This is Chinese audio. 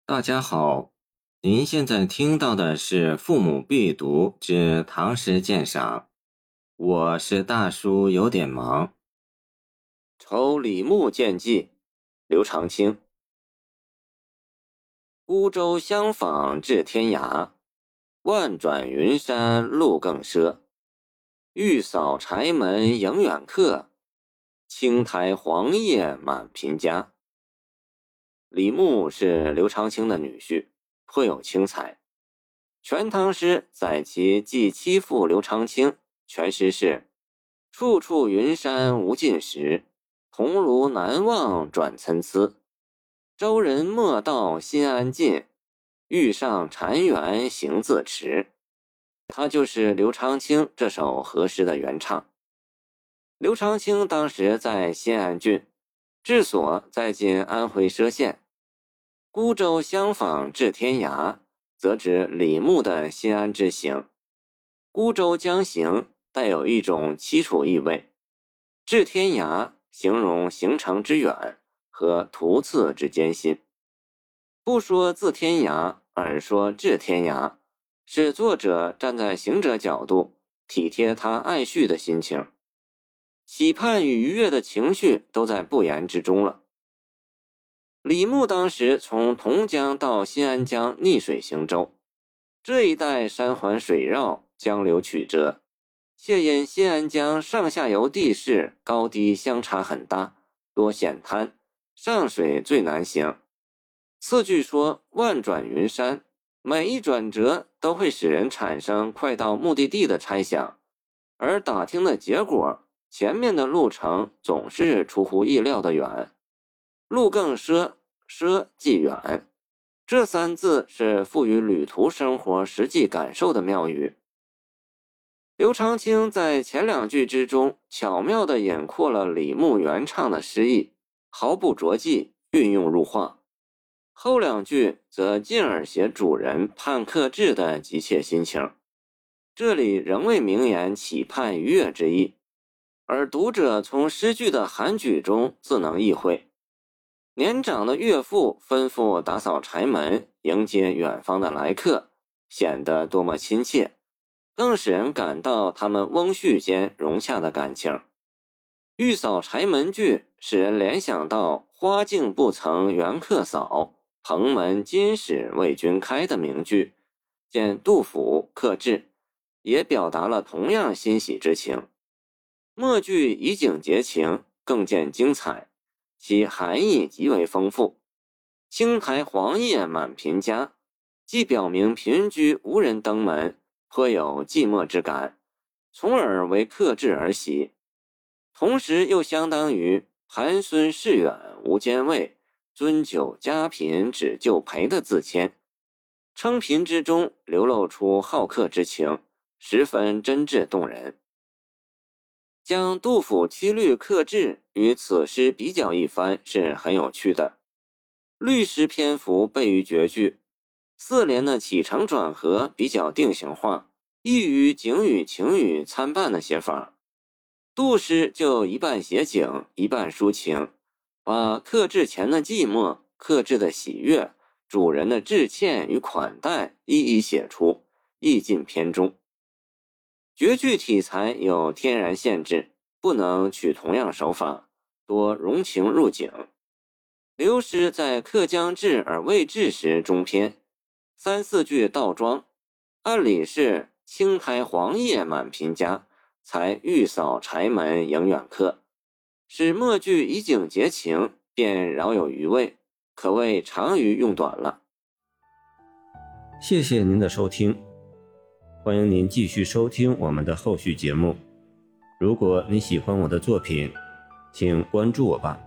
大家好，您现在听到的是《父母必读之唐诗鉴赏》，我是大叔，有点忙。酬李牧见记，刘长卿。孤舟相访至天涯，万转云山路更赊。欲扫柴门迎远客，青苔黄叶满贫家。李牧是刘长卿的女婿，颇有清才。《全唐诗》载其既妻父刘长卿，全诗是：处处云山无尽时，桐庐南望转参差。舟人莫道心安尽，欲上禅园行自持。他就是刘长卿这首和诗的原唱。刘长卿当时在新安郡，治所在今安徽歙县。孤舟相访至天涯，则指李牧的新安之行。孤舟将行带有一种凄楚意味，至天涯形容行程之远和途次之艰辛。不说自天涯，而说至天涯，是作者站在行者角度体贴他爱婿的心情，期盼与愉悦的情绪都在不言之中了。李牧当时从同江到新安江逆水行舟，这一带山环水绕，江流曲折，且因新安江上下游地势高低相差很大，多险滩，上水最难行。次句说万转云山，每一转折都会使人产生快到目的地的猜想，而打听的结果，前面的路程总是出乎意料的远。路更赊，赊即远，这三字是赋予旅途生活实际感受的妙语。刘长卿在前两句之中巧妙地引括了李牧原唱的诗意，毫不着迹，运用入画。后两句则进而写主人盼客至的急切心情，这里仍未明言期盼愉悦之意，而读者从诗句的含举中自能意会。年长的岳父吩咐打扫柴门，迎接远方的来客，显得多么亲切，更使人感到他们翁婿间融洽的感情。欲扫柴门句使人联想到花径不曾缘客扫，蓬门今始为君开的名句，见杜甫客至，也表达了同样欣喜之情。末句以景结情，更见精彩，其含义极为丰富。青苔黄叶满贫家，既表明贫居无人登门，颇有寂寞之感，从而为客至而喜，同时又相当于寒孙事远无兼味，尊酒家贫只就陪的自谦，称贫之中流露出好客之情，十分真挚动人。将杜甫七律客至与此诗比较一番是很有趣的。律诗篇幅备于绝句，四联的起承转合比较定型化，易于景语情语参半的写法。杜诗就一半写景，一半抒情，把客至前的寂寞、客至的喜悦、主人的致歉与款待一一写出，意尽篇中。绝句题材有天然限制，不能取同样手法，多融情入景。刘诗在客将至而未至时中篇，三四句倒装，按理是青苔黄叶满贫家，才欲扫柴门迎远客，使末句以景结情，便饶有余味，可谓长于用短了。 谢谢您的收听，欢迎您继续收听我们的后续节目。如果你喜欢我的作品，请关注我吧。